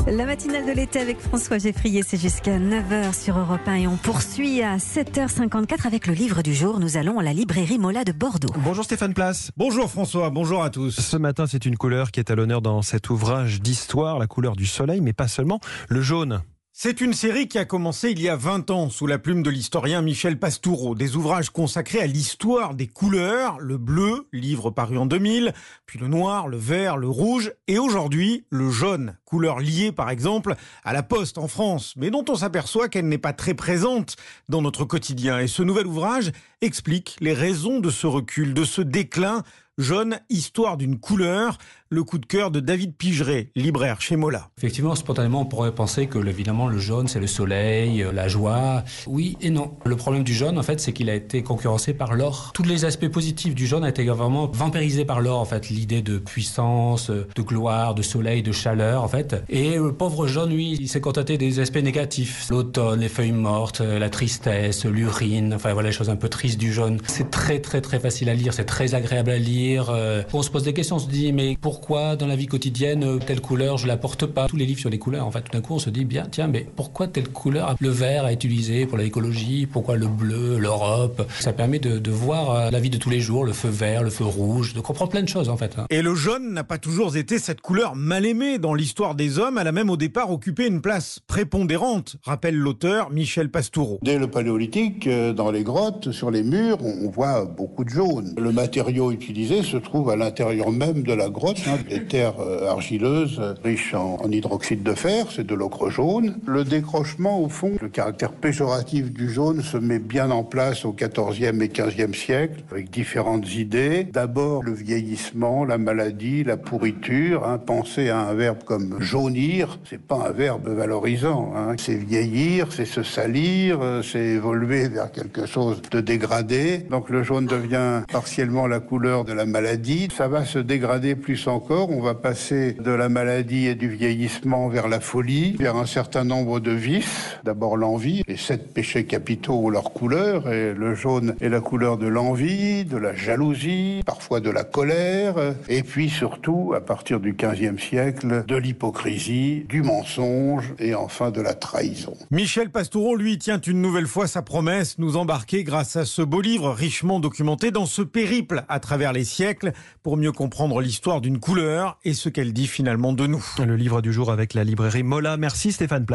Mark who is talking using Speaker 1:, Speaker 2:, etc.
Speaker 1: La matinale de l'été avec François Geffrier, c'est jusqu'à 9h sur Europe 1 et on poursuit à 7h54 avec le livre du jour. Nous allons à la librairie Mola de Bordeaux.
Speaker 2: Bonjour Stéphane Place.
Speaker 3: Bonjour François, bonjour à tous.
Speaker 2: Ce matin, c'est une couleur qui est à l'honneur dans cet ouvrage d'histoire, la couleur du soleil, mais pas seulement, le jaune.
Speaker 3: C'est une série qui a commencé il y a 20 ans sous la plume de l'historien Michel Pastoureau. Des ouvrages consacrés à l'histoire des couleurs, le bleu, livre paru en 2000, puis le noir, le vert, le rouge et aujourd'hui le jaune, couleur liée par exemple à la poste en France, mais dont on s'aperçoit qu'elle n'est pas très présente dans notre quotidien. Et ce nouvel ouvrage explique les raisons de ce recul, de ce déclin. Jaune, histoire d'une couleur, le coup de cœur de David Pigeret, libraire chez Mola.
Speaker 4: Effectivement, spontanément, on pourrait penser que évidemment le jaune, c'est le soleil, la joie. Oui et non. Le problème du jaune, en fait, c'est qu'il a été concurrencé par l'or. Tous les aspects positifs du jaune ont été vraiment vampirisés par l'or, en fait. L'idée de puissance, de gloire, de soleil, de chaleur, en fait. Et le pauvre jaune, lui, il s'est contenté des aspects négatifs. L'automne, les feuilles mortes, la tristesse, l'urine, enfin voilà les choses un peu tristes du jaune. C'est très très très facile à lire, c'est très agréable à lire. On se pose des questions, on se dit mais pourquoi dans la vie quotidienne telle couleur je la porte pas? Tous les livres sur les couleurs, en fait, tout d'un coup on se dit bien tiens mais pourquoi telle couleur? Le vert est utilisé pour l'écologie, pourquoi le bleu, l'Europe? Ça permet de voir la vie de tous les jours, le feu vert, le feu rouge, de comprendre plein de choses en fait.
Speaker 3: Et le jaune n'a pas toujours été cette couleur mal aimée dans l'histoire des hommes, elle a même au départ occupé une place prépondérante, rappelle l'auteur Michel Pastoureau.
Speaker 5: Dès le Paléolithique, dans les grottes, sur les murs, on voit beaucoup de jaune. Le matériau utilisé se trouve à l'intérieur même de la grotte, des terres argileuses riches en hydroxyde de fer, c'est de l'ocre jaune. Le décrochement, au fond, le caractère péjoratif du jaune se met bien en place au XIVe et XVe siècle, avec différentes idées. D'abord, le vieillissement, la maladie, la pourriture. Penser à un verbe comme jaunir, c'est pas un verbe valorisant. C'est vieillir, c'est se salir, c'est évoluer vers quelque chose de dégradé. Donc le jaune devient partiellement la couleur de la maladie. Ça va se dégrader plus encore. On va passer de la maladie et du vieillissement vers la folie, vers un certain nombre de vices. D'abord l'envie. Les 7 péchés capitaux ont leur couleur et le jaune est la couleur de l'envie, de la jalousie, parfois de la colère. Et puis surtout, à partir du XVe siècle, de l'hypocrisie, du mensonge et enfin de la trahison.
Speaker 3: Michel Pastoureau, lui, tient une nouvelle fois sa promesse, nous embarquer grâce à ce beau livre richement documenté dans ce périple à travers les siècles pour mieux comprendre l'histoire d'une couleur et ce qu'elle dit finalement de nous.
Speaker 2: Le livre du jour avec la librairie Mola. Merci Stéphane Place.